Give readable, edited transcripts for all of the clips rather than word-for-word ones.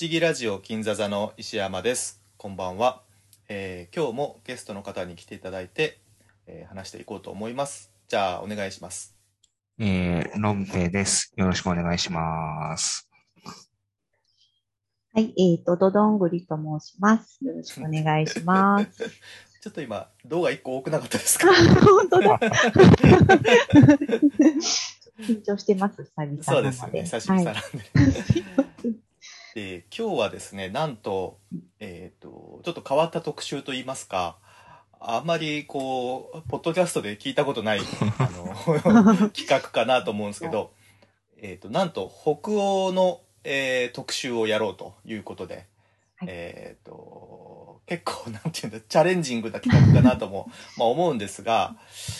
思議ラジオ金座座の石山です。こんばんは。今日もゲストの方に来ていただいて、話していこうと思います。じゃあお願いします。 ロンペイです。よろしくお願いします。 はい、ドドングリと申します。よろしくお願いします。 ちょっと今動画1個多くなかったですか？ 本当だ。緊張してます、久々なので。 そうですね、久しぶりなんで、 はい、 で今日はですね、なんと、ちょっと変わった特集といいますか、あんまりこうポッドキャストで聞いたことない企画かなと思うんですけど、なんと北欧の、特集をやろうということで、 はい、 結構なんていうんだ、チャレンジングな企画かなともまあ思うんですが、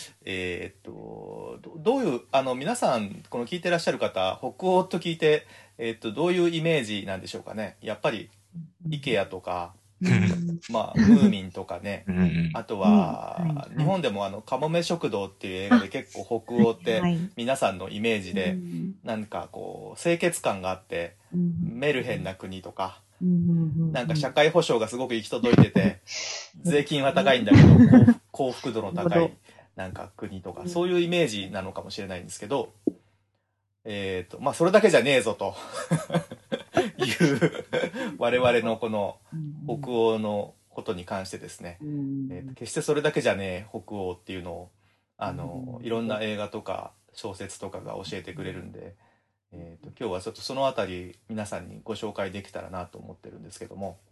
どういう皆さんこの聞いてらっしゃる方、北欧と聞いて、どういうイメージなんでしょうかね。やっぱり IKEA とか、まあムーミンとかね、あとは日本でもかもめ食堂っていう映画で結構北欧って皆さんのイメージでなんかこう清潔感があってメルヘンな国とか、なんか社会保障がすごく行き届いてて税金は高いんだけど幸福度の高いなんか国とか、そういうイメージなのかもしれないんですけど、まあそれだけじゃねえぞという我々のこの北欧のことに関してですね、決してそれだけじゃねえ北欧っていうのをいろんな映画とか小説とかが教えてくれるんで、今日はちょっとそのあたり皆さんにご紹介できたらなと思ってるんですけども、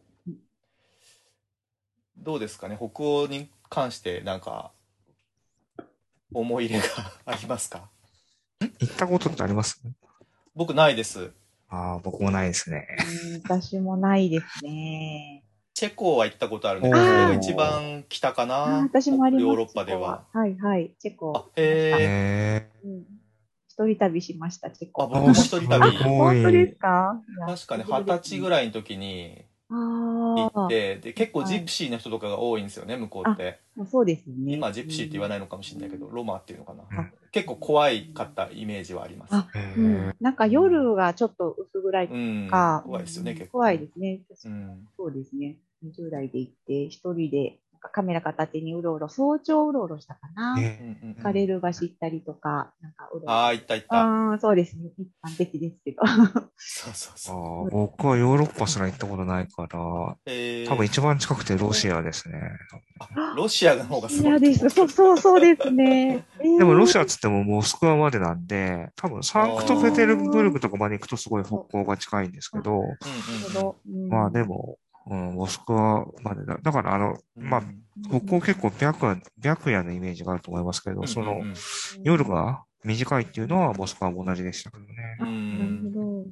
どうですかね、北欧に関してなんか思い入れがありますか？ 行ったことってあります？ 僕ないです。 僕もないですね。 私もないですね。 チェコは行ったことあるんで、 おそれが一ー。 番北かな、 私もあります、 ヨーロッチェコは。 パでは。 はいはい、チェコあ、 来ました。 へえ。 一人旅しました、チェあ、 コ。 僕も一す人旅、 ご本当ですい。 か？いや、 確かに久しぶり 20 ですね。 歳ぐらいの時に行っあて、で、結構あ、はい。 ジプシーの人とかが多いんですよね、向こうっあ、 て。 もうそうですよね。 今ジプシーって言わないのかもしれないけど、ロマっていうのかな。 あ、 結構怖いかったイメージはあります。 あ、なんか夜がちょっと薄暗いとうん、 か、 怖いですよね、結構怖いね。 ですね。私もうん。 そうですね。20代で行って、一人でなんかカメラ片手にうろうろ、早朝うろうろしたかな。 うんうんうカレん。 ル橋行ったりとか、なんかうろうああ、 ろ。 行った行った。 そうですね。一般的ですけど。 そうそうそう。 僕はヨーロッパすら行ったことないから、多分え一番近くてロシアですね。 ロシアのロ方がすごいシアです。 と思ってる。 そうですね。 でもロシアっつってもモスクワまでなんで、多分サンクトペテルブルあクとかまで行くとすごい北欧が近いんですけあ、 ど、 うんうんなるほど。 まあでも、モスクワまでだ。だからうん。うまあ、 ん北欧結構白夜のイメージがあると思いますけど、 うんうん夜が短いっていうのはモスクワも同じでしたけどね。 うん。うあ、なるほん。 ど。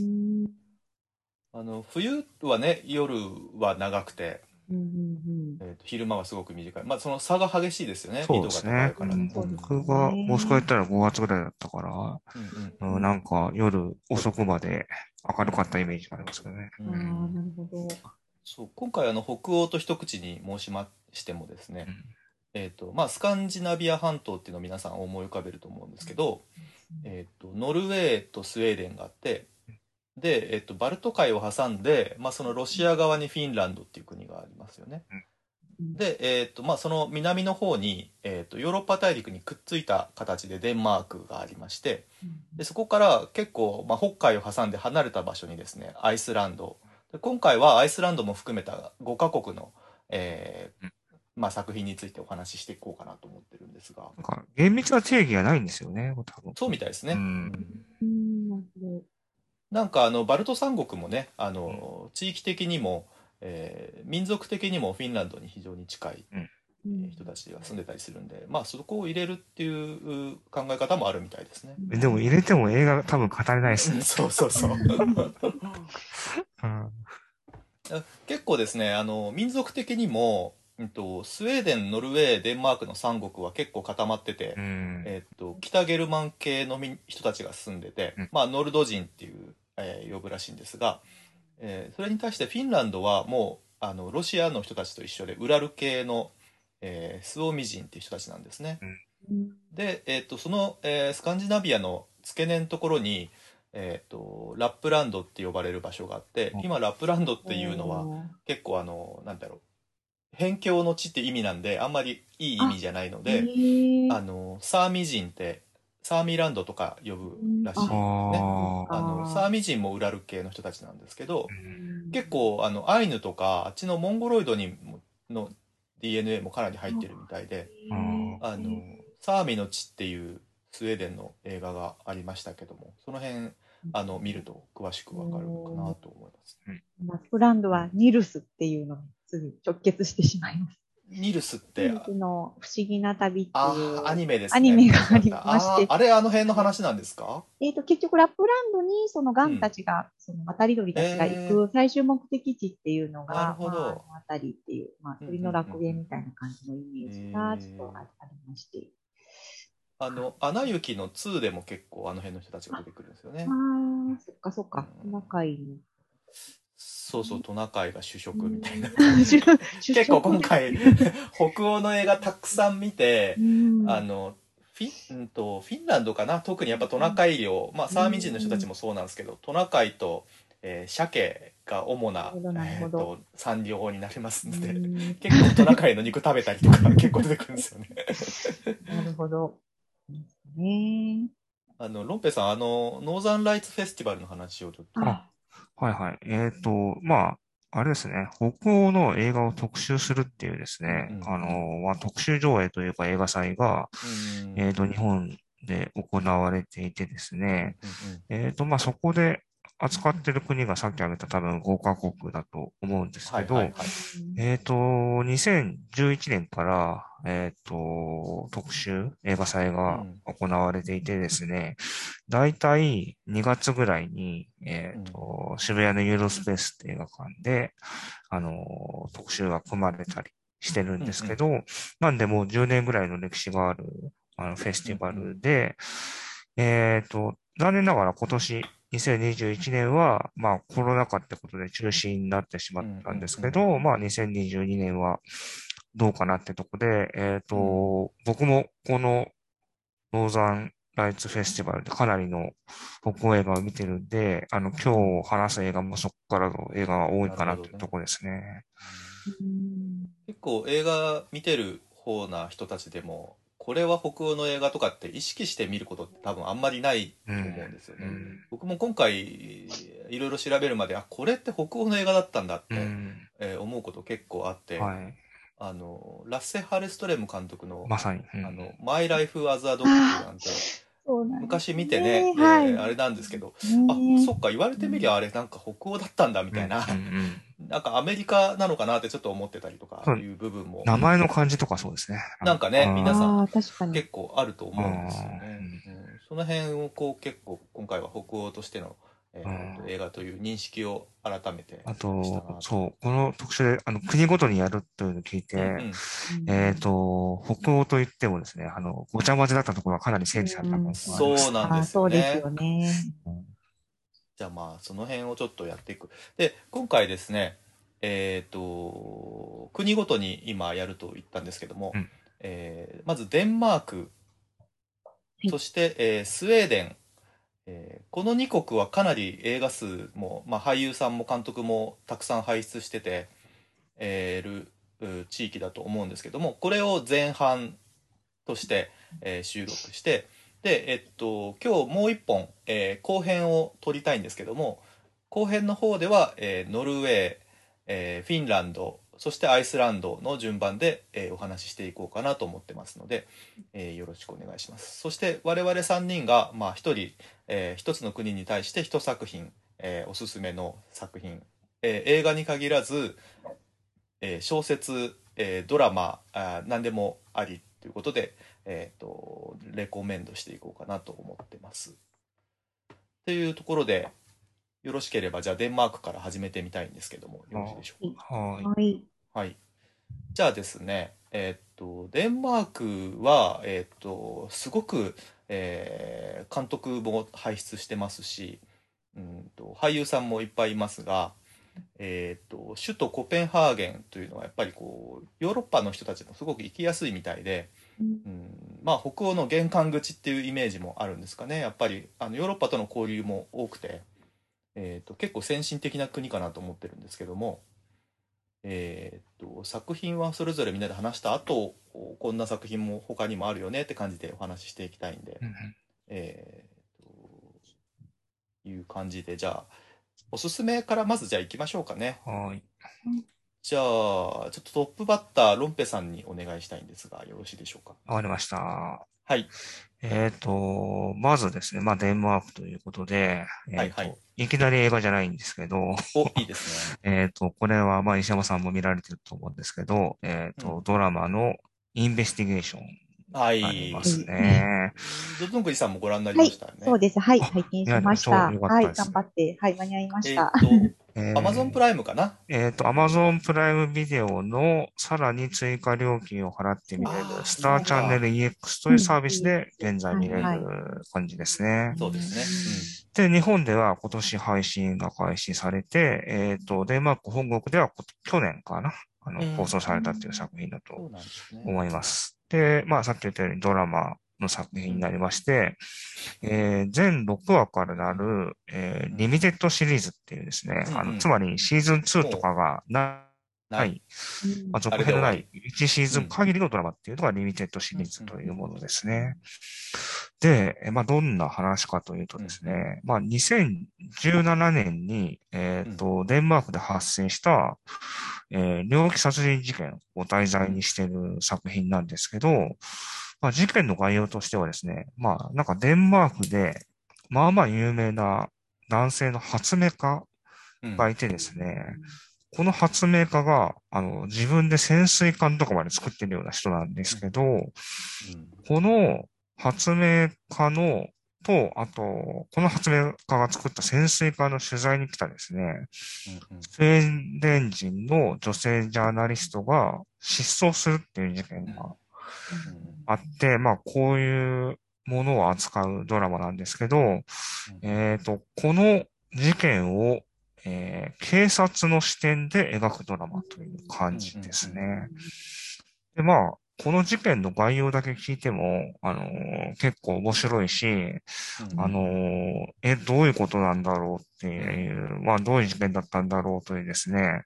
冬はね、夜は長くて、 うんうん昼間はすごく短い。まあ、その差が激しいですよね。緯そう度がですね。 高いからね。 そうです僕がモスクワ行っね。 たら5月ぐらいだったかうんうんら、なんか夜遅くまで明るかったイメージがありますけどね。 うん。 ああ、 うん。 なるほど。 そう、今回北欧と一口に申しましてもですね、まあ、スカンジナビア半島っていうのを皆さん思い浮かべると思うんですけど、ノルウェーとスウェーデンがあって、で、バルト海を挟んで、まあ、そのロシア側にフィンランドっていう国がありますよね。で、まあ、その南の方に、ヨーロッパ大陸にくっついた形でデンマークがありまして、で、そこから結構、まあ、北海を挟んで離れた場所にですね、アイスランド。で、今回はアイスランドも含めた5カ国の、まあ、作品についてお話ししていこうかなと思ってるんですが、 なんか厳密な定義がないんですよね、多分。 そうみたいですね。 なるほど。 なんかバルト三国もね、地域的にも、民族的にもフィンランドに非常に近い人たちが住んでたりするんで、まあそこを入れるっていう考え方もあるみたいですね。 でも入れても映画多分語れないですね。 そうそうそう。 うん。 結構ですね、民族的にも、スウェーデン、ノルウェー、デンマークの三国は結構固まってて、北ゲルマン系の人たちが住んでて、まあ、ノルド人っていう、呼ぶらしいんですが、それに対してフィンランドはもう、ロシアの人たちと一緒で、ウラル系の、スオミ人っていう人たちなんですね。で、その、スカンジナビアの付け根のところに、 ラップランドって呼ばれる場所があって、今ラップランドっていうのは結構なんだろう、辺境の地って意味なんで、あんまりいい意味じゃないので、サーミ人ってサーミランドとか呼ぶらしいですね。サーミ人もウラル系の人たちなんですけど、結構アイヌとかあっちのモンゴロイドの DNA もかなり入ってるみたいで、サーミの地っていうスウェーデンの映画がありましたけども、その辺見ると詳しくわかるのかなと思います。 ラップランドはニルスっていうのにすぐ直結してしまいます。 ニルスってニルスの不思議な旅っていうアニメですね。 アニメがありまして。 あれ、あの辺の話なんですか？ 結局ラップランドにそのガンたちが、その渡り鳥たちが行く最終目的地っていうのが、 なるほど。 あの辺りっていう、鳥の楽園みたいな感じのイメージがちょっとありまして。 アナ雪の2でも結構あの辺の人たちが出てくるんですよね。 そっかそっか。トナカイの。 そうそう、トナカイが主食みたいな感じ。結構今回、北欧の映画たくさん見て、フィンランドかな、特にやっぱトナカイ漁、サーミ人の人たちもそうなんですけど、トナカイと、鮭が主な、産業法になりますので、結構トナカイの肉食べたりとか結構出てくるんですよね。 なるほど。 ロンペさん、ノーザンライツフェスティバルの話をちょっと。 はいはい。あれですね。北欧の映画を特集するっていうですね、特集上映というか映画祭が、日本で行われていてですね、そこで扱ってる国がさっき挙げた多分5カ国だと思うんですけど、2011年から、特集映画祭が行われていてですね、だいたい2月ぐらいに、渋谷のユーロスペースって映画館で、特集が組まれたりしてるんですけど、なんでもう10年ぐらいの歴史がある、フェスティバルで、残念ながら今年、2021年は、コロナ禍ってことで中止になってしまったんですけど、2022年はどうかなってとこで、僕もこのノーザンライツフェスティバルでかなりの北欧映画を見てるんで、今日話す映画もそこからの映画が多いかなっていうところですね。 結構映画見てる方な人たちでも、これは北欧の映画とかって意識して見ることって多分あんまりないと思うんですよね。僕も今回いろいろ調べるまで、これって北欧の映画だったんだって、思うこと結構あって、ラッセ・ハルストレム監督の、 まさに、 マイ・ライフ・アズ・ア・ドッグなんて、昔見てね、あれなんですけど、そっか、言われてみりゃあれなんか北欧だったんだみたいな、なんかアメリカなのかなってちょっっと思ってたりとかいう部分も。 名前の感じとかそうですね。 なんかね、皆さん結構あると思うんですよね。その辺を結構今回は北欧としての、映画という認識を改めて。 あと、そう、この特集で、国ごとにやるというのを聞いて、北欧といってもですね、ごちゃ混ぜだったところはかなり整理されたものがあります。 そうなんですよね。 そうですよね。 じゃあその辺をちょっとやっていく。で、今回ですね、国ごとに今やると言ったんですけども、まずデンマーク、そして、スウェーデン、この2国はかなり映画数も、俳優さんも監督もたくさん輩出してて、る地域だと思うんですけども、これを前半として、収録して、で、今日もう一本、後編を撮りたいんですけども、後編の方では、ノルウェー、フィンランド、そしてアイスランドの順番で、お話ししていこうかなと思ってますので、よろしくお願いします。そして我々3人が、1人、1つの国に対して1作品、おすすめの作品、映画に限らず、小説、ドラマ、何でもありということで、レコメンドしていこうかなと思ってます。というところで、よろしければじゃあデンマークから始めてみたいんですけども、よろしいでしょうか。 はい。 はい。じゃあですね、デンマークは、すごく、監督も輩出してますし、俳優さんもいっぱいいますが、首都コペンハーゲンというのはやっぱりこうヨーロッパの人たちもすごく行きやすいみたいで、 まあ北欧の玄関口っていうイメージもあるんですかね。やっぱりヨーロッパとの交流も多くて、結構先進的な国かなと思ってるんですけども、作品はそれぞれみんなで話した後、こんな作品も他にもあるよねって感じでお話ししていきたいんで、えいう感じで、じゃあおすすめからまずじゃあ行きましょうかね。 はい。 じゃあちょっとトップバッターロンペさんにお願いしたいんですが、よろしいでしょうか。 わかりました。 はい。 まずですね、まあ、デンマークということで、 はいはい。 いきなり映画じゃないんですけど、 お、いいですね。 これは、まあ、石山さんも見られてると思うんですけど、 うん。 ドラマのインベスティゲーションはありまい。 すね。 どんぐりさんもご覧になりはい、 ましたよね。 そうです。はい、 あ、 拝見しいや、 ました。 超良かっはい、 たですね。 頑張って、はい、間に合いましえった。 と、アマゾンプえライムかな。 Amazon プライムビデオのさらに追加料金を払って見れる、 ああ、 スターそうか。 チャンネル EX とうん、 いうサービスいいでです。はい、 現在見れるはい。 感じですね。 そうですね。うん。 で、日本では今年配信が開始されて、デンマーク本国では去年かな、放うん。 送されたっていう作品だとそうなんですね。 思います。で、まあさっき言ったようにドラマの作うん。 品になりまして、全6話からなる、 うん。 リミテッドシリーズっていうですね、 うん。うん。 つまりシーズン2ともかがう、ない。 ない、 うん、 まあ、 あ続編のないれで終わり。 1シーズンうん。 限りのドラマっていうのがリミテッドシうん。 リーズうん。 というものですね。で、まあ、どんな話かというとうん。 ですね、まあ、2017年に、 うん。 デンマークで発生した、猟奇殺人事件を題うん。 材にしている作品なんですけど、まあ、事件の概要としてはですね、まあ、なんかデンマークで、まあまあ有名な男性の発明家うん。 がいてですね、この発明家が、自分で潜水艦とかまで作ってるような人なんですけど、 うん。 この発明家の、あと、この発明家が作った潜水艦の取材に来たですね、 うん。うん。 スウェーデン人の女性ジャーナリストが失踪するっていう事件うん。 がうん。 あって、まあ、こういうものを扱うドラマなんですけど、 うん。 この事件を、警察の視点で描くドラマといううん。う感じでん。うん。 すね。で、まあ、この事件の概要だけ聞いても、結構面白いし、 うん。 どういうことなんだろうってうん。 いう、まあ、どういう事件だったんだろうというですね、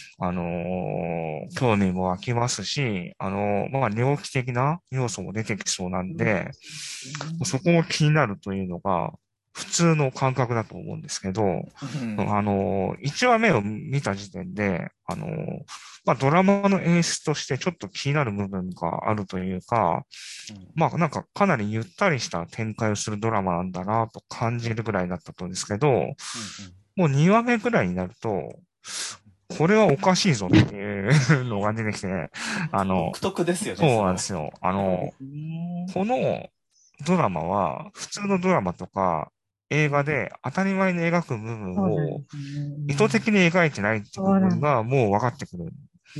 興味も湧きますし、まあ、猟奇的な要素も出てきそうなんで、そこも気になるというのが、普通の感覚だと思うんですけど、 うん。 1話目を見た時点で、まあ、ドラマの演出としてちょっと気になる部分があるというか、 うん。 まあ、なんかかなりゆったりした展開をするドラマなんだなと感じるぐらいだったと思うんですけど、 うん。 もう2話目ぐらいになると、これはおかしいぞっていうのが出てきて、 独特ですよね、 そうその。 なんですよ。 そうですね。 このドラマは、普通のドラマとか映画で当たり前に描く部分そうなんをですよね。 意図的に描いてないって部そうなんです。 分がもう分かってくるんうん。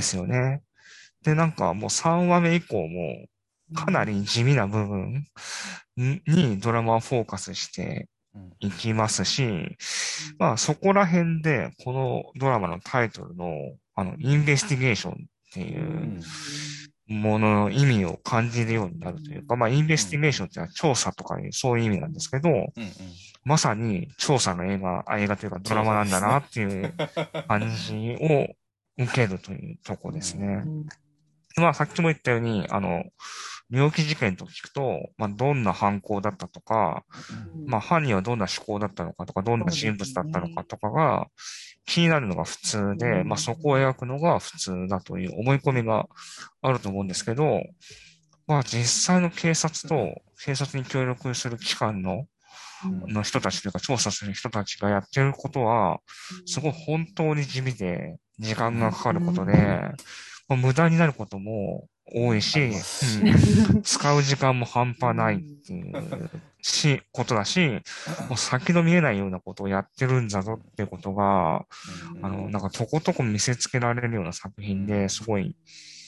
ですよね。で、なんかもう3話目以降もかなり地味な部分にドラマはフォーカスしてうん。 いきますし、まあそこら辺でこのドラマのタイトルのインベスティゲーションっていうううん。 ものの意味を感じるようになるというか、まあインベうん。 スティゲーションってのは調査とかいうそういう意味なんですけど、 うん。うん。 まさに調査の映画というかドラ調マなんだな査ですね。 っていう感じを受けるというとこうん。 ですね。まあ、さっきも言ったように、猟奇事件と聞くと、まあ、どんな犯行だったとか、まあ、犯人はどんな思考だったのかとか、どんなそうです人物だったのかね。 とかが気になるのが普通で、まあ、 うん。 そこを描くのが普通だという思い込みがあると思うんですけど、まあ、実際の警察と警察に協力する機関うん。 の人たちというか、調査する人たちがやってることは、すごい本当に地味で、時うん。 間がかかることで、もう無駄になることも多いありし、 ますし。 うん、使う時間も半端ないっていうことだし、もう先の見えないようなことをやってるんだぞっていうことが、 うん。 なんかとことこ見せつけられるような作うん。 品ですごい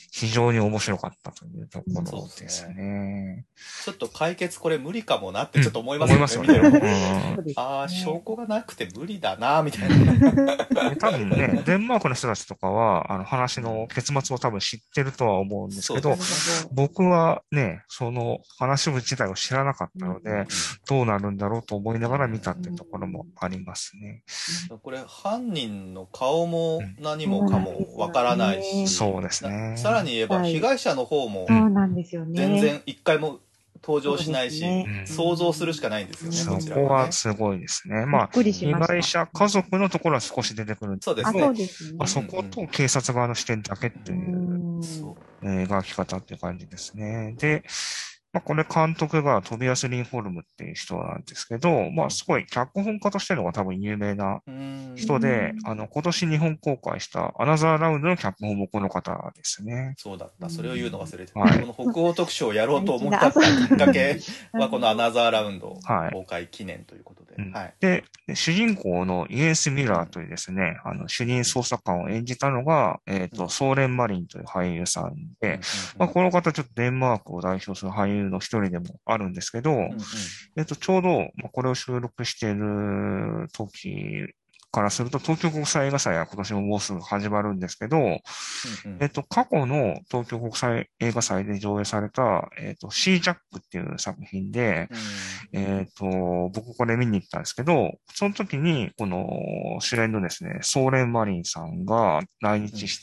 非常に面白かったというところですね。 ちょっと解決これ無理かもなってちょっと思いますよね。 思いますよね。 ああ、証拠がなくて無理だな、みたいな。 多分ね、デンマークの人たちとかは、話の結末を多分知ってるとは思うんですけど、僕はね、その話自体を知らなかったので、どうなるんだろうと思いながら見たっていうところもありますね。 これ、犯人の顔も何もかもわからないし、 そうですね。 さらに言えば、被害者の方も、全然一回も登場しないし、想像するしかないんですよね、 そこはすごいですね。まあ、被害者家族のところは少し出てくるんですけど、そこと警察側の視点だけっていう描き方っていう感じですね。で、まあ、これ監督がトビアス・リンホルムっていう人なんですけど、まあ、すごい脚本家としてのが多分有名な人で、今年日本公開したアナザーラウンドの脚本もこの方ですね。 そうだった。それを言うの忘れてた。この北欧特集をやろうと思ったきっかけはこのアナザーラウンド公開記念ということで。 で、主人公のイエンス・ミラーというですね、主任捜査官を演じたのが、ソーレン・マリンという俳優さんで、まあ、この方ちょっとデンマークを代表する俳優の一人でもあるんですけど、ちょうど、これを収録している時からすると、東京国際映画祭は今年ももうすぐ始まるんですけど、過去の東京国際映画祭で上映された、シー・ジャックっていう作品で、僕これ見に行ったんですけど、その時に、この主演のですね、ソーレン・マリンさんが来日して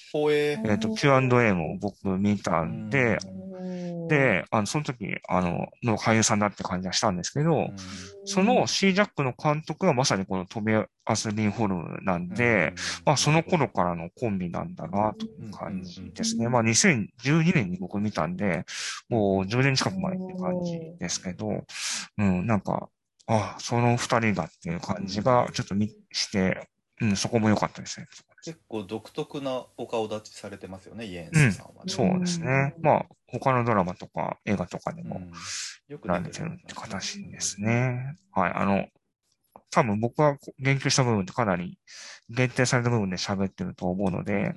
、Q&A も僕見たんで、で、その時、の俳優さんだって感じがしたんですけど、そのシー・ジャックの監督がまさにこのトビアス・リンホルムなんで、まあその頃からのコンビなんだなという感じですね。まあ2012年に僕見たんで、もう10年近く前っていう感じですけど、なんか、その二人だっていう感じがちょっとして、そこも良かったですね。 結構独特なお顔立ちされてますよね、イエンスさんはね。 そうですね。まあ、他のドラマとか映画とかでも、よく出てるって形ですね。はい。多分僕が言及した部分ってかなり限定された部分で喋ってると思うので、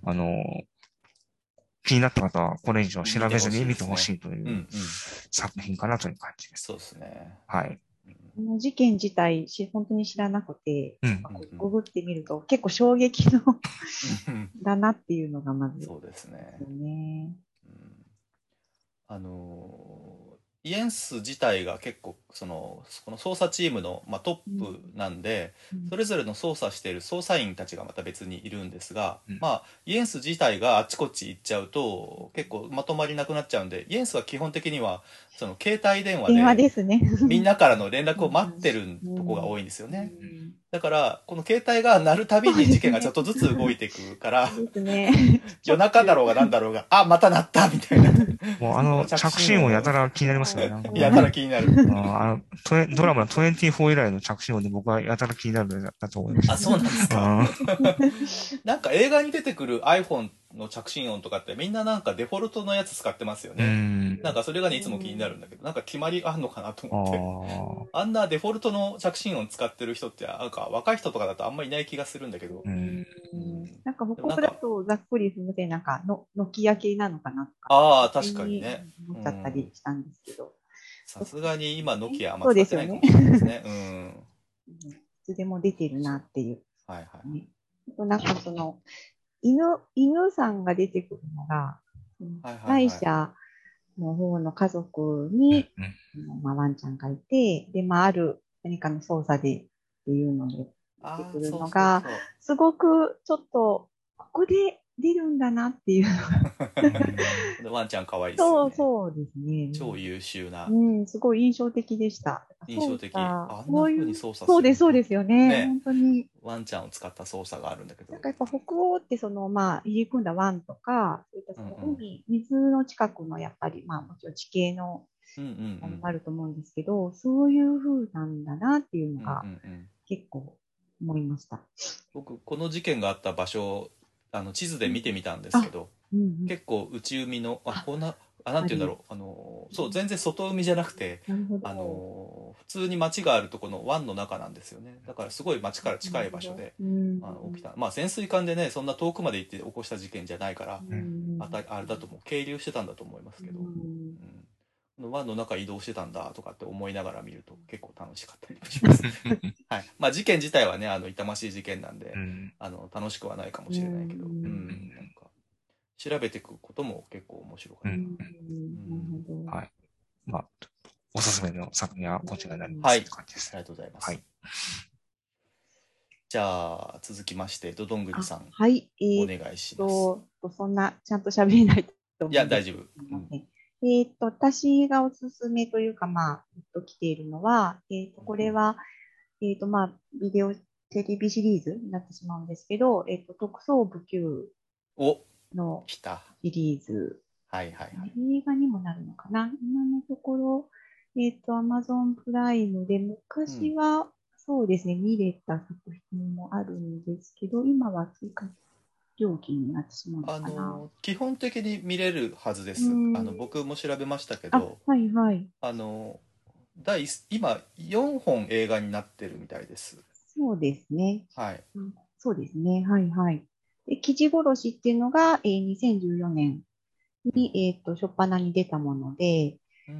気になった方はこれ以上調べずに見てほしいという作品かなという感じです。 そうですね。 はい。 この事件自体、本当に知らなくて、ググってみると結構衝撃のだなっていうのがまず。 そうですね。イエンス自体が結構この捜査チームの、トップなんで、それぞれの捜査している捜査員たちがまた別にいるんですが、イエンス自体があっちこっち行っちゃうと結構まとまりなくなっちゃうんで、イエンスは基本的にはその携帯電話でみんなからの連絡を待ってるとこが多いんですよね。だからこの携帯が鳴るたびに事件がちょっとずつ動いていくから夜中だろうがなんだろうが、また鳴ったみたいな。 もう着信音やたら気になりますね。 やたら気になる。 ドラマの24以来の着信音で僕はやたら気になるんだと思いました。 そうなんですか。なんか映画に出てくる iPhone の着信音とかってみんななんかデフォルトのやつ使ってますよね。なんかそれがね、いつも気になるんだけど、なんか決まりあんのかなと思って。あんなデフォルトの着信音使ってる人って、なんか若い人とかだとあんまりいない気がするんだけど。 なんか北欧だとざっくりすみません、なんかノキア系なのかなとか。 確かにね。 思っちゃったりしたんですけど。 さすがに今ノキアあんま使ってないかもしれないですね。 いつでも出てるなっていう。 はいはい。 なんかその、犬さんが出てくるのが、被害者の方の家族に、ワンちゃんがいて、で、ある何かの捜査でっていうので出てくるのが、すごくちょっと、ここで出るんだなっていうワンちゃん可愛いですよね。 そうですね。 超優秀な。 すごい印象的でした。 印象的。あんな風に操作する。 そうですよね。本当に。 ワンちゃんを使った操作があるんだけど。 なんかやっぱ北欧って入り組んだ湾とか、そういったその水の近くのやっぱり、もちろん地形の、あると思うんですけど、そういう風なんだなっていうのが結構思いました。 僕、この事件があった場所、地図で見てみたんですけど、結構内海の、なんて言うんだろう、そう、全然外海じゃなくて、 普通に街があるとこの湾の中なんですよね。だからすごい街から近い場所で、起きた。まあ潜水艦でね、そんな遠くまで行って起こした事件じゃないから、あれだと思う。係留してたんだと思いますけど、この湾の中移動してたんだとかって思いながら見ると結構楽しかったりします。はい。まあ事件自体はね、痛ましい事件なんで、楽しくはないかもしれないけど、なんか調べていくことも結構面白かった。 はい。まあ、おすすめの作品はこちらになりますって感じです。 ありがとうございます。はい。じゃあ、続きまして、どんぐりさん。 はい。 お願いします。 そんな、ちゃんと喋れないと思うんです。 いや、大丈夫。私がおすすめというか、来ているのは、これは、テレビシリーズになってしまうんですけど、特捜部 Q のシリーズ。 はいはいはい。 映画にもなるのかな今のところ、Amazon プライムで、昔は、そうですね、見れた作品もあるんですけど、今は追加料金になってしまうのかな。 基本的に見れるはずです。僕も調べましたけど、 はいはい。 今、4本映画になってるみたいです。 そうですね。 はい。 そうですね。はいはい。で、記事殺しっていうのが、2014年に、初っ端に出たもので、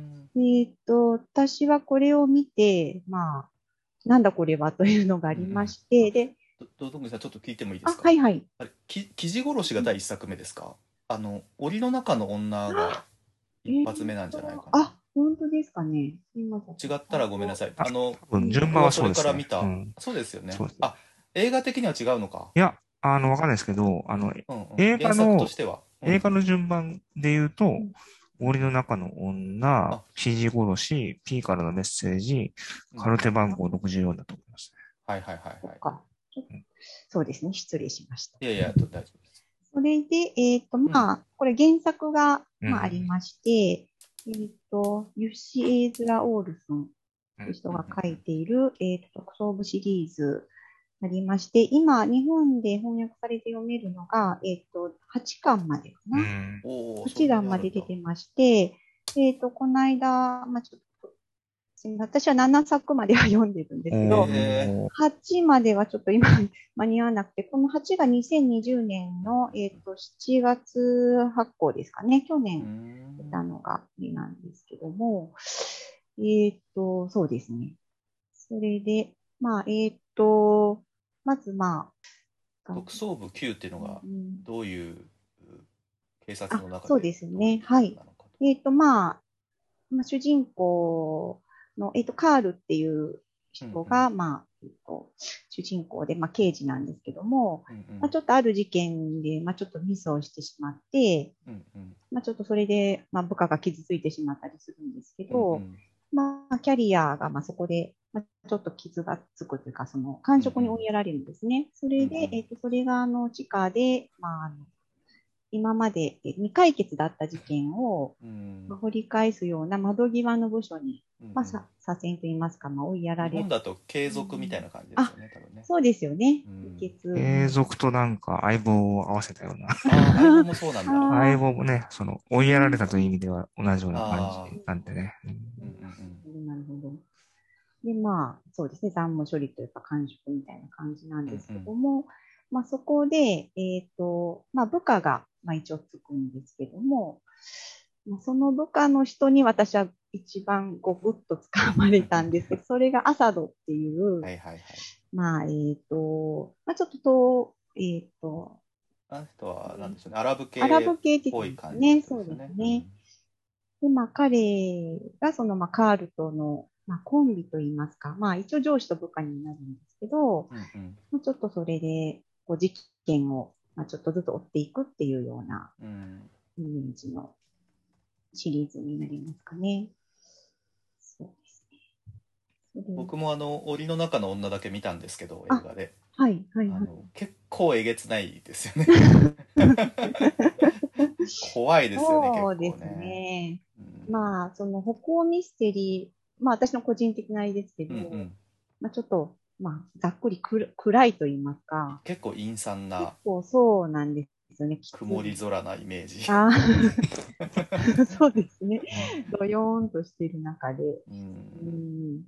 私はこれを見て、なんだこれはというのがありまして、で、 どんぐりさん、ちょっと聞いてもいいですか？ はいはい。 あれ、記事殺しが第1作目ですか？檻の中の女が一発目なんじゃないかな。 本当ですかね。 違ったらごめんなさい。 順番はそうですね。 それから見た。そうですよね。映画的には違うのか。 いや、わかんないですけど、映画の順番で言うと、檻の中の女、指示殺し、P からのメッセージ、カルテ番号64だと思いますね。 はいはいはいはい。 そうですね。失礼しました。 いやいや、大丈夫です。 それで、これ原作が、ありまして、ユッシー・エイズラ・オールソンという人が書いている、特捜部シリーズありまして、今、日本で翻訳されて読めるのが、8巻までかな。8巻まで出てまして、この間、ちょっと、私は7作までは読んでるんですけど、8まではちょっと今間に合わなくて、この8が2020年の、7月発行ですかね。去年出たのがなんですけども、そうですね。それで、まず特捜部 Q っていうのがどういう警察の中で、 そうですね。はい。主人公の、カールっていう人が、主人公で、刑事なんですけども、ちょっとある事件で、ちょっとミスをしてしまって、ちょっとそれで、部下が傷ついてしまったりするんですけど、キャリアが、そこで、ちょっと傷がつくというか、その感触に追いやられるんですね。それで、それが地下で、今まで未解決だった事件を掘り返すような窓際の部署に、左遷といいますか、追いやられる。 日本だと継続みたいな感じですよね、多分ね。 そうですよね。 継続となんか相棒を合わせたような。 相棒もそうなんだ。 相棒もね、追いやられたという意味では同じような感じなんでね。 なるほど。で、そうですね、残務処理というか、感触みたいな感じなんですけども、そこで、部下が、一応つくんですけども、その部下の人に私は一番ぐっと掴まれたんですけど、それがアサドっていう、ちょっと、 あの人は、なんでしょうね、アラブ系っぽい感じですね。そうですね。で、彼がカールとの、コンビといいますか、一応上司と部下になるんですけど、ちょっとそれで、事件を、ちょっとずつ追っていくっていうようなイメージのシリーズになりますかね。そうですね。僕も檻の中の女だけ見たんですけど、映画で。結構えげつないですよね。怖いですよね、結構ね。 そうですね。その歩行ミステリー、私の個人的なあれですけど、ちょっと、ざっくり暗いと言いますか。 結構陰惨な。結構そうなんですよね。 曇り空なイメージ。 そうですね。どよーんとしている中で。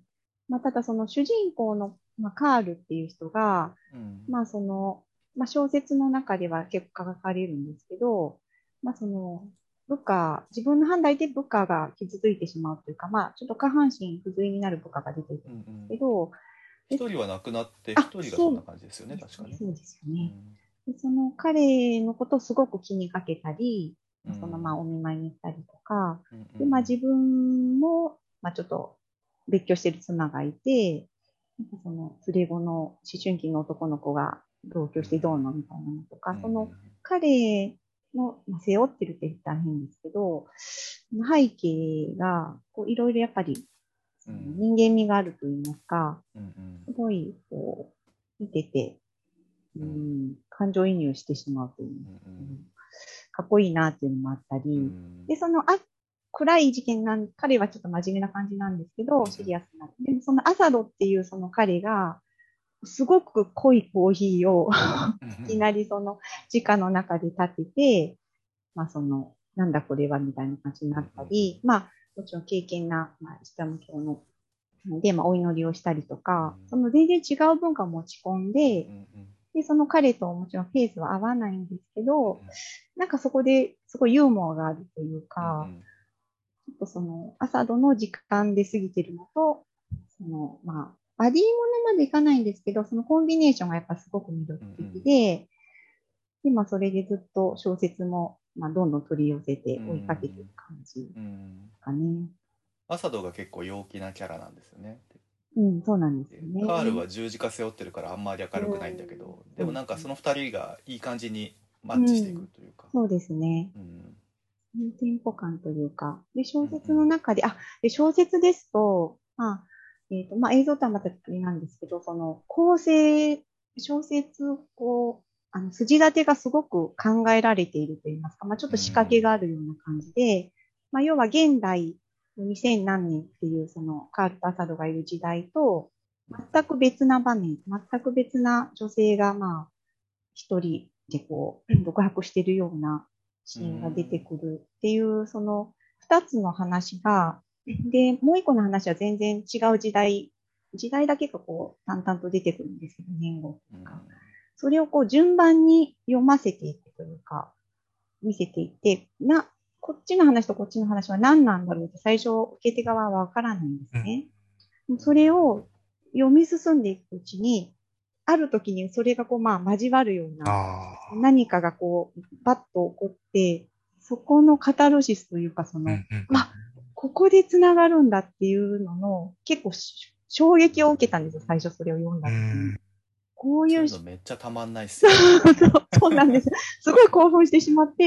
まあ、ただその主人公の、まあ、カールっていう人が、まあその、まあ、小説の中では結構書かれるんですけど、まあその、自分の判断で部下が傷ついてしまうというか、まあちょっと下半身不随になる部下が出てくるんですけど、 一人は亡くなって、一人がそんな感じですよね、確かに。 そうですよね。でその彼のことをすごく気にかけたり、そのまあお見舞いに行ったりとか、でまあ自分も、まあちょっと別居してる妻がいて、なんかその連れ子の思春期の男の子が同居してどうのみたいなのとか、その彼の、まあ、背負ってるって言ったら変ですけど、背景がこういろいろやっぱり人間味があると言いますか、すごいこう見てて、感情移入してしまうという、かっこいいなっていうのもあったり、で、その暗い事件彼はちょっと真面目な感じなんですけど、シリアスな。で、そのアサドっていうその彼が、すごく濃いコーヒーをいきなりその時間の中で立てて、まあその、なんだこれはみたいな感じになったり、まあ、もちろん敬虔な、まあ、イスラム教の、で、まあ、お祈りをしたりとか、その全然違う文化を持ち込んで、で、その彼ともちろんペースは合わないんですけど、なんかそこですごいユーモアがあるというか、ちょっとその、アサドの時間で過ぎてるのと、その、まあ、バディものまでいかないんですけど、そのコンビネーションがやっぱすごく魅力的で、で、まあ、それでずっと小説も、まあ、どんどん取り寄せて追いかけていく感じかね。 アサドが結構陽気なキャラなんですよね。 そうなんですよね。 カールは十字架背負ってるからあんまり明るくないんだけど、でもなんかその二人がいい感じにマッチしていくというか。 そうですね。テンポ感というか。で、小説の中で、で小説ですと、まあ、映像とはまた違なんですけど、その構成、小説を、筋立てがすごく考えられていると言いますか、まあ、ちょっと仕掛けがあるような感じで、まあ、要は現代、2000何年っていうそのカールとアサドがいる時代と、全く別な場面、全く別な女性が、まあ、一人でこう、独白しているようなシーンが出てくるっていう、その二つの話が、で、もう一個の話は全然違う時代だけがこう、淡々と出てくるんですけど、年号とか。それをこう、順番に読ませていくというか、見せていって、こっちの話とこっちの話は何なんだろうって最初、受け手側はわからないんですね。それを読み進んでいくうちに、ある時にそれがこう、まあ、交わるような、何かがこう、バッと起こって、そこのカタルシスというか、その、ここで繋がるんだっていうのの、結構衝撃を受けたんですよ、最初それを読んだ時に。こういう。 そういうのめっちゃたまんないっすよ。 そうなんです。すごい興奮してしまって、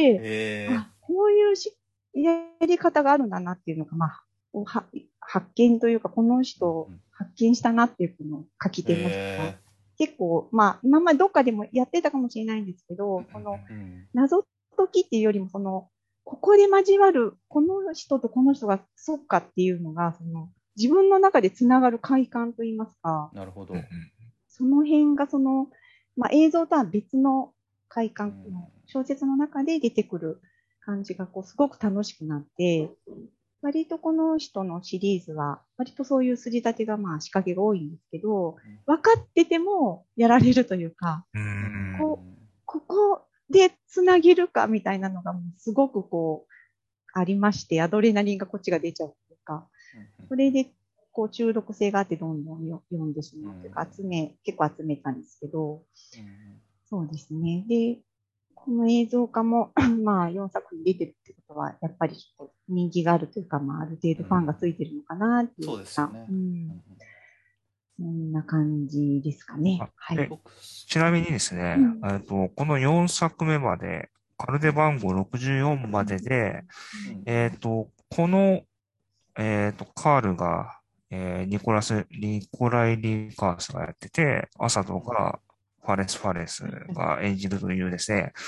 こういうやり方があるんだなっていうのが、まあ、発見というか、この人を発見したなっていうのを書き手の人が。結構、まあ、今までどっかでもやってたかもしれないんですけど、この謎解きっていうよりも、その、ここで交わる、この人とこの人がそうかっていうのが、その、自分の中でつながる快感といいますか。 なるほど。 その辺がその、まあ、映像とは別の快感の小説の中で出てくる感じがこうすごく楽しくなって、割とこの人のシリーズは、割とそういう筋立てがまあ仕掛けが多いんですけど、分かっててもやられるというか、ここでつなげるかみたいなのがもうすごくこう、ありまして、アドレナリンがこっちが出ちゃうというか、それでこう中毒性があってどんどん読んでしまうというか、結構集めたんですけど、そうですね。で、この映像化もまあ4作品出てるってことは、やっぱりちょっと人気があるというか、まあある程度ファンがついてるのかなっていう。 そうですよね。 そんな感じですかね。はい。 ちなみにですね、この4作目まで、カルデ番号64までで、この、カールが、ニコライ・リーカースがやってて、アサドがファレスが演じるというですね、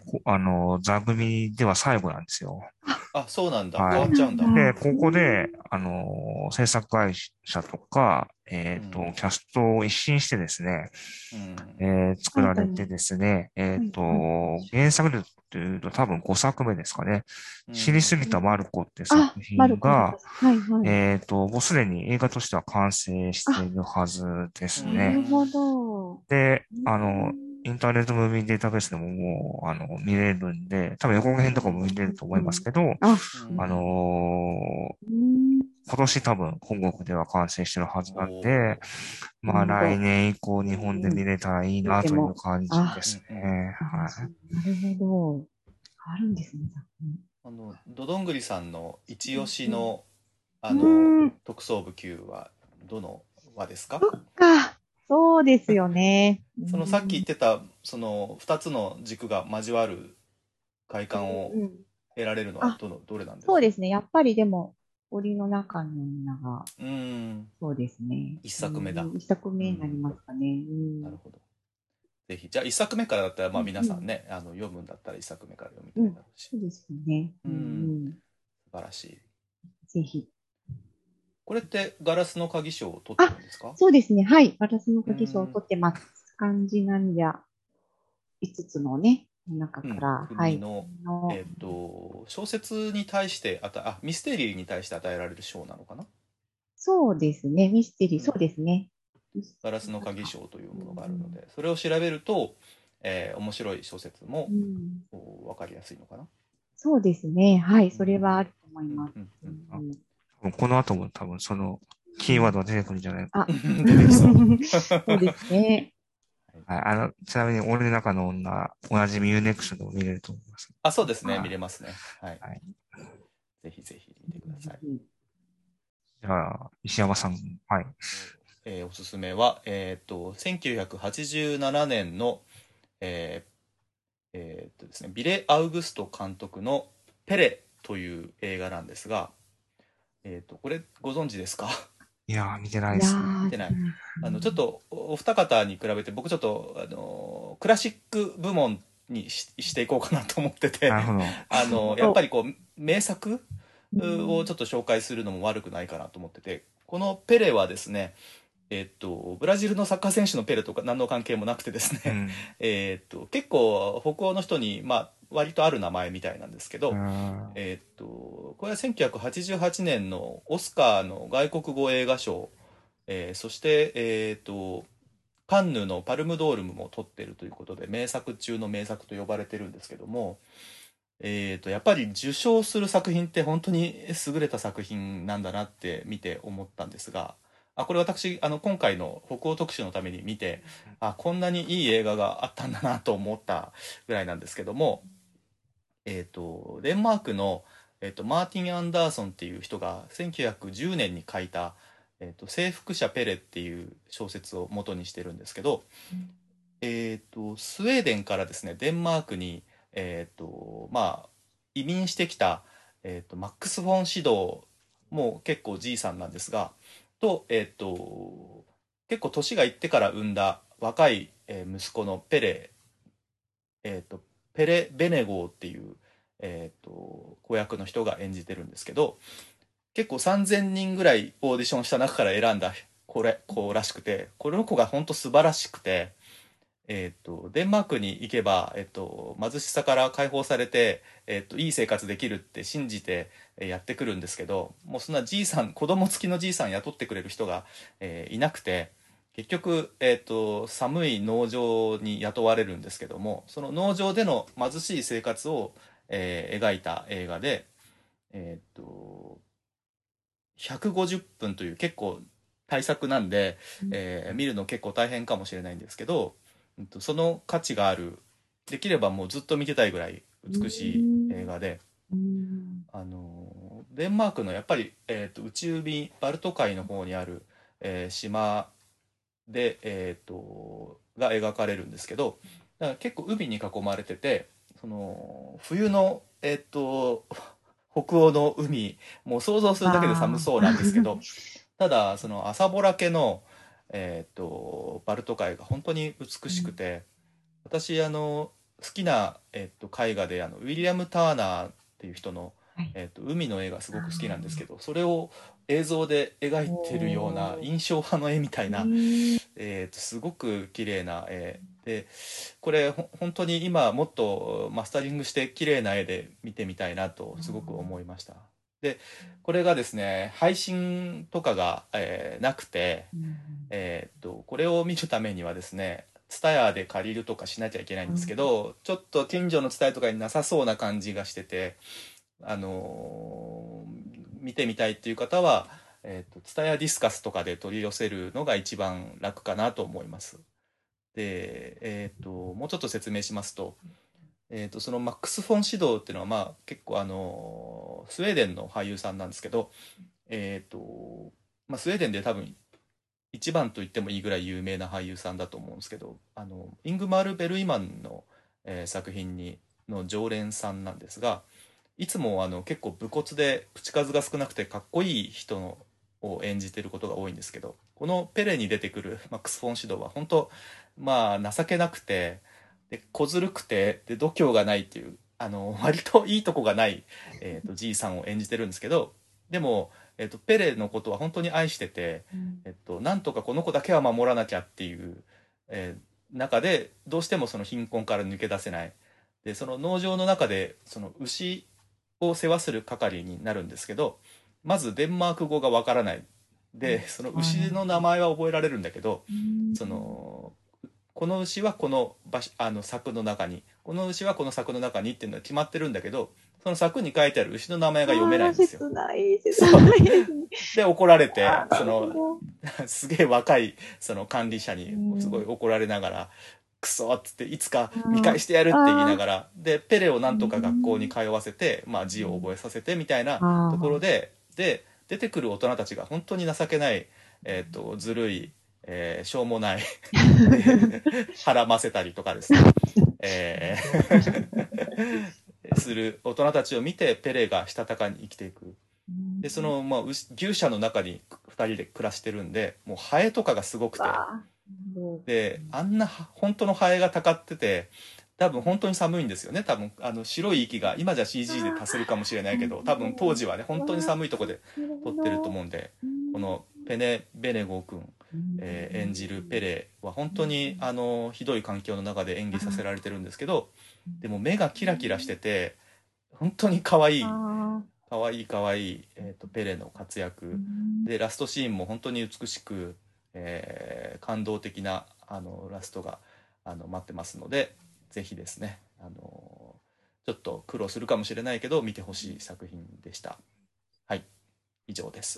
座組では最後なんですよ。 そうなんだ。変わっちゃうんだ。 で、ここで、 制作会社とか、キャストを一新してですね、作られてですね、原作で言うと多分5作目ですかね。知りすぎたマルコって作品が、もうすでに映画としては完成しているはずですね。 なるほど。 で、インターネットムービーデータベースでももう、見れるんで、多分予告編とかも見れると思いますけど、今年多分本国では完成してるはずなんで、まあ来年以降日本で見れたらいいなという感じですね。 はい。なるほど。あるんですね、 ドドングリさんの一押しの、特捜部9はどの話ですか？ そっか。そうですよね。 そのさっき言ってた、その2つの軸が交わる快感を得られるのはどれなんですか？ そうですね。やっぱりでも、檻の中の女が、そうですね。 一作目だ。 一作目になりますかね。 なるほど。ぜひ、じゃあ一作目からだったら、まあ皆さんね、読むんだったら一作目から読みたいだろうし。 そうですね。 素晴らしい。 ぜひ。 これってガラスの鍵賞を取ってるんですか？ そうですね。はい。ガラスの鍵賞を取ってます。漢字なんじゃ5つのね、中から。 国の、小説に対してミステリーに対して与えられる賞なのかな？ そうですね。ミステリー、そうですね。 ガラスの鍵賞というものがあるので、それを調べると、面白い小説も分かりやすいのかな？ そうですね。はい。それはあると思います。 この後も多分そのキーワードが出てくるんじゃないか。 出てきそう。 そうですね。 はい、ちなみに俺の中の女、おなじみ UNEXT でも見れると思います。 そうですね。見れますね。はい。ぜひぜひ見てください。 じゃあ、石山さん。はい。 おすすめは、1987年の、ですね、ビレ・アウグスト監督のペレという映画なんですが、これご存知ですか？ いやー、見てないですね。 見てない。ちょっとお二方に比べて僕ちょっとクラシック部門にしていこうかなと思ってて、やっぱりこう名作をちょっと紹介するのも悪くないかなと思ってて、このペレはですね、ブラジルのサッカー選手のペレとか何の関係もなくてですね、結構北欧の人に割とある名前みたいなんですけど、これは1988年のオスカーの外国語映画賞、そしてカンヌのパルムドールも取ってるということで名作中の名作と呼ばれてるんですけども、やっぱり受賞する作品って本当に優れた作品なんだなって見て思ったんですが、これ私今回の北欧特集のために見て、こんなにいい映画があったんだなと思ったぐらいなんですけども、デンマークの、マーティン・アンダーソンっていう人が1910年に書いた「征服者ペレ」っていう小説を元にしてるんですけど、スウェーデンからですねデンマークに、移民してきた、マックス・フォン・シドーも結構じいさんなんですがと、結構年がいってから産んだ若い、息子のペレ、ペレ・ベネゴーっていう、子役の人が演じてるんですけど、結構3000人ぐらいオーディションした中から選んだ子らしくて、この子が本当素晴らしくて、デンマークに行けば、貧しさから解放されて、いい生活できるって信じて、やってくるんですけど、もうそんなじいさん、子供付きのじいさん雇ってくれる人が、いなくて、結局、寒い農場に雇われるんですけども、その農場での貧しい生活を、描いた映画で、150分という結構大作なんで、見るの結構大変かもしれないんですけど、その価値がある、できればもうずっと見てたいぐらい美しい映画で、デンマークのやっぱり、内海バルト海の方にある、島で、が描かれるんですけど、だから結構海に囲まれてて、その冬の、北欧の海、もう想像するだけで寒そうなんですけど、ただその朝ぼらけの、バルト海が本当に美しくて、私好きな、絵画でウィリアム・ターナーっていう人の、 海の絵がすごく好きなんですけど、それを映像で描いてるような印象派の絵みたいな、すごく綺麗な絵で、これ本当に今もっとマスタリングして綺麗な絵で見てみたいなとすごく思いました。でこれがですね、配信とかが、なくて、これを見るためにはですね、TSUTAYAで借りるとかしなきゃいけないんですけど、ちょっと近所のTSUTAYAとかになさそうな感じがしてて、見てみたいっていう方は、TSUTAYAディスカスとかで取り寄せるのが一番楽かなと思います。で、もうちょっと説明しますと、そのマックス・フォン・シドーっていうのは、まあ、結構スウェーデンの俳優さんなんですけど、まあ、スウェーデンで多分一番と言ってもいいぐらい有名な俳優さんだと思うんですけど、イングマール・ベルイマンの、作品の常連さんなんですが、いつも結構武骨で口数が少なくてかっこいい人を演じてることが多いんですけど、このペレに出てくるマックス・フォン・シドーは本当、まあ、情けなくて、で小ずるくて、で度胸がないっていう、割といいとこがない、じいさんを演じてるんですけど、でも、ペレのことは本当に愛してて、なんとかこの子だけは守らなきゃっていう、中でどうしてもその貧困から抜け出せない。でその農場の中でその牛を世話する係になるんですけど、まずデンマーク語がわからない。でその牛の名前は覚えられるんだけど、そのこの牛はこの柵の中に、この牛はこの柵の中にっていうのは決まってるんだけど、その柵に書いてある牛の名前が読めないんですよ。で怒られて、すげえ若いその管理者にすごい怒られながら、クソっつっていつか見返してやるって言いながら、でペレをなんとか学校に通わせて、まあ、字を覚えさせてみたいなところで、出てくる大人たちが本当に情けない、ずるい、しょうもない腹ませたりとかですね、する大人たちを見てペレがしたたかに生きていく。でその、まあ、牛舎の中に2人で暮らしてるんで、もうハエとかがすごくて、であんな本当のハエがたかってて、多分本当に寒いんですよね。多分白い息が今じゃ CG で足せるかもしれないけど、多分当時はね本当に寒いとこで撮ってると思うんで、このペネ・ベネゴ君、演じるペレは本当にひどい環境の中で演技させられてるんですけど、でも目がキラキラしてて本当に可愛い可愛いペレの活躍で、ラストシーンも本当に美しく、感動的なラストが待ってますので、ぜひですね、ちょっと苦労するかもしれないけど見てほしい作品でした。はい、以上です。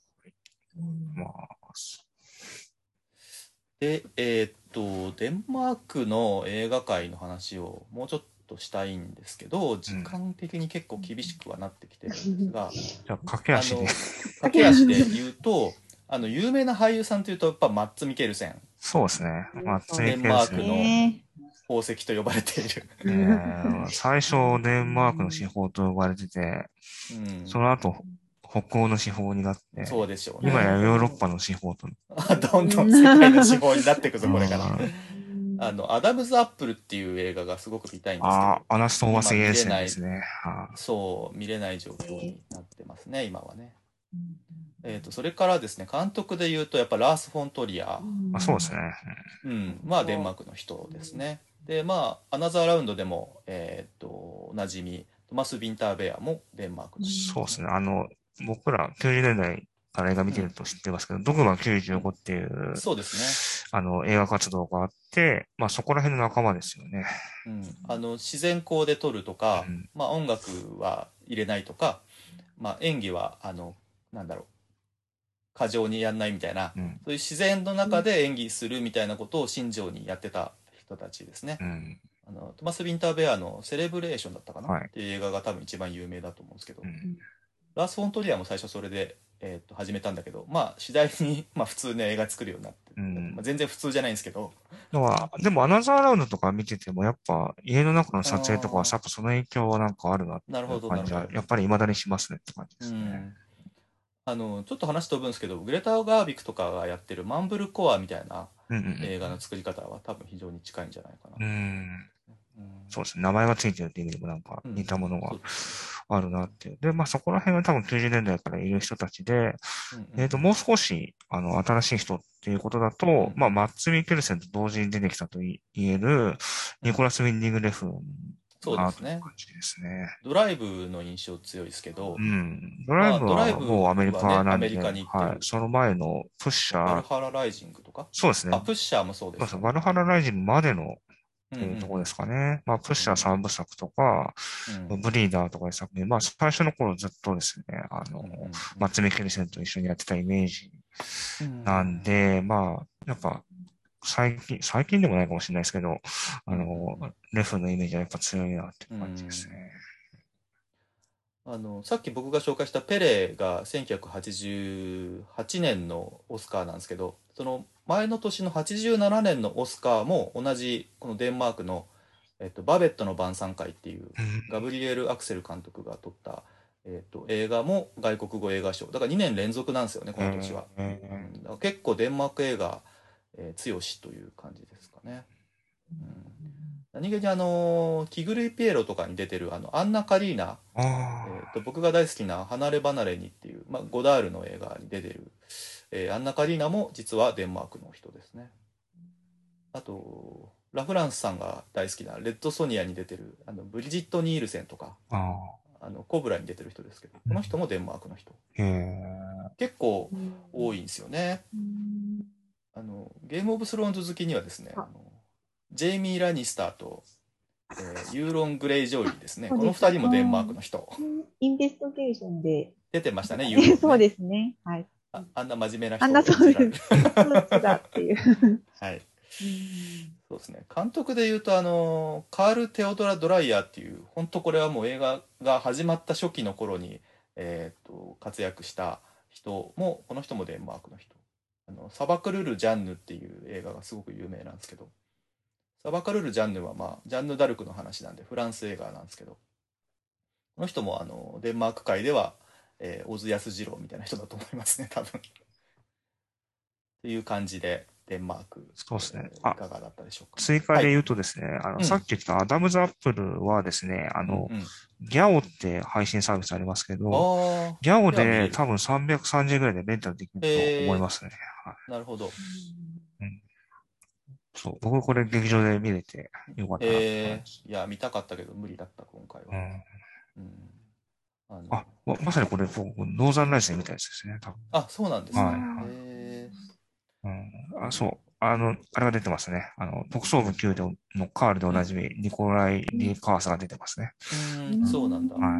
で、デンマークの映画界の話をもうちょっとしたいんですけど、時間的に結構厳しくはなってきてるんですが、 じゃあ駆け足で言うと、有名な俳優さんというとやっぱマッツ・ミケルセン。 そうですね。マッツ・ミケルセン。 デンマークの宝石と呼ばれている。 最初デンマークの司法と呼ばれてて、その後北欧の司法になって、 そうでしょうね。 今やヨーロッパの司法と。 どんどん世界の司法になっていくぞ、これから。アダムズ・アップルっていう映画がすごく見たいんですけど、 アナストーマス・イエーセンですね。 そう、見れない状況になってますね、今はね。それからですね、監督で言うとやっぱラース・フォントリア。 そうですね。 まあデンマークの人ですね。で、まあアナザーラウンドでもおなじみトマス・ヴィンターベアもデンマークの人、 そうですね。僕ら90年代から映画見てると知ってますけど、ドグマ95っていう、 そうですね。 映画活動があって、まあそこら辺の仲間ですよね。 自然光で撮るとか、まあ音楽は入れないとか、まあ演技はなんだろう、過剰にやんないみたいな、そういう自然の中で演技するみたいなことを信条にやってた人たちですね。トマス・ヴィンターベアのセレブレーションだったかな、っていう映画が多分一番有名だと思うんですけど、ラース・フォントリアも最初それで、始めたんだけど、まあ次第に、まあ、普通の映画作るようになって、まあ、全然普通じゃないんですけど。 でもアナザーラウンドとか見ててもやっぱ家の中の撮影とかはやっぱその影響はなんかあるなって感じはやっぱり未だにしますねって感じですね。 ちょっと話飛ぶんですけど、グレタ・ガービクとかがやってるマンブルコアみたいな映画の作り方は多分非常に近いんじゃないかな。 そうですね。名前がついてるっていう意味でもなんか似たものがあるなっていう。で、まあそこら辺は多分90年代からいる人たちで、もう少し、新しい人っていうことだと、まあ、マッツ・ミケルセンと同時に出てきたと言える、ニコラス・ウィンディング・レフンそうですね。 感じですね。 ドライブの印象強いですけど、 うん。ドライブはもうアメリカなんで、 アメリカに行ってる。 はい。その前のプッシャー。 バルハラライジングとかそうですね。 あ、プッシャーもそうです、ね。 バルハラライジングまでのところですかね。まあ、プッシャー3部作とか、ブリーダーとかいう作品、まあ、最初の頃ずっとですね、マッツ・ミケルセンと一緒にやってたイメージなんで、まあ、やっぱ、最近でもないかもしれないですけど、レフのイメージはやっぱ強いなっていう感じですね。 さっき僕が紹介したペレが1988年のオスカーなんですけど、その前の年の87年のオスカーも同じこのデンマークの、バベットの晩餐会っていうガブリエル・アクセル監督が撮った、映画も外国語映画賞だから2年連続なんですよねこの年は、結構デンマーク映画、強しという感じですかね。何気にキグルイ・ピエロとかに出てるアンナ・カリーナ、僕が大好きな「離れ離れに」っていう、まあ、ゴダールの映画に出てる、アンナ・カリーナも実はデンマークの人ですね。あとラ・フランスさんが大好きなレッド・ソニアに出てるブリジット・ニールセンとかコブラに出てる人ですけど、この人もデンマークの人結構多いんですよね。ゲーム・オブ・スローンズ好きにはですねジェイミー・ラニスターと、ユーロン・グレイ・ジョイですね。この二人もデンマークの人。 インベストゲーションで出てましたね、ユーロン、ね。 そうですね。はい。 あんな真面目な人あんなそうです。そうだっていう。 はい。そうですね。監督で言うと、カール・テオドラ・ドライヤーっていう、本当これはもう映画が始まった初期の頃に、活躍した人も、この人もデンマークの人。サバクルル・ジャンヌっていう映画がすごく有名なんですけど、サバカルル・ジャンヌは、まあ、ジャンヌ・ダルクの話なんでフランス映画なんですけど、この人もデンマーク界では、小津安二郎みたいな人だと思いますね多分。っていう感じでデンマーク、 そうですね。 いかがだったでしょうか。 追加で言うとですね、さっき言ったアダムズ・アップルはですね、ギャオって配信サービスありますけど、ギャオで多分330円ぐらいでレンタルできると思いますね。 なるほど。 そう、僕これ劇場で見れてよかったな。 いや、見たかったけど無理だった、今回は。 まさにこれ、ノーザンライスで見たやつですね、多分。 あ、そうなんですね。 そう。あれが出てますね。特捜部9のカールでおなじみ、ニコライ・リー・カーサが出てますね。 そうなんだ。 はい。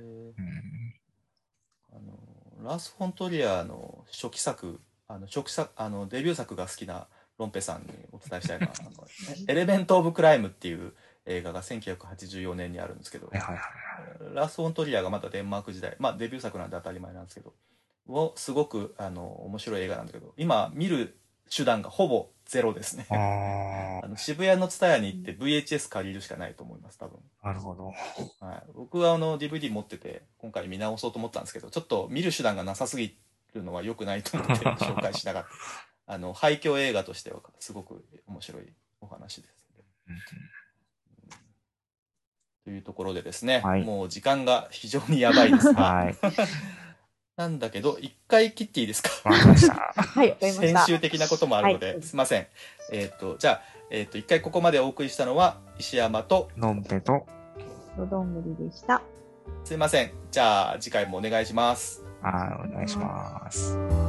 ラース・フォントリアの初期作、デビュー作が好きなロンペさんにお伝えしたいのはエレメント・オブ・クライムっていう映画が1984年にあるんですけど、ラース・フォントリアがまだデンマーク時代、まあデビュー作なんで当たり前なんですけど、すごく面白い映画なんだけど、今見る手段がほぼゼロですね。渋谷のTSUTAYAに行って VHS 借りるしかないと思います多分。なるほど。 はい、僕はDVD 持ってて今回見直そうと思ったんですけど、ちょっと見る手段がなさすぎるのは良くないと思って紹介しなかった。廃墟映画としてはすごく面白いお話です。というところでですね、もう時間が非常にやばいですが、なんだけど一回切っていいですか。 はい、わかりました。 編集的なこともあるので、すいません。じゃあ、一回ここまでお送りしたのは石山とのんぺとのどんぐりでした。 すいません。じゃあ次回もお願いします。 お願いします。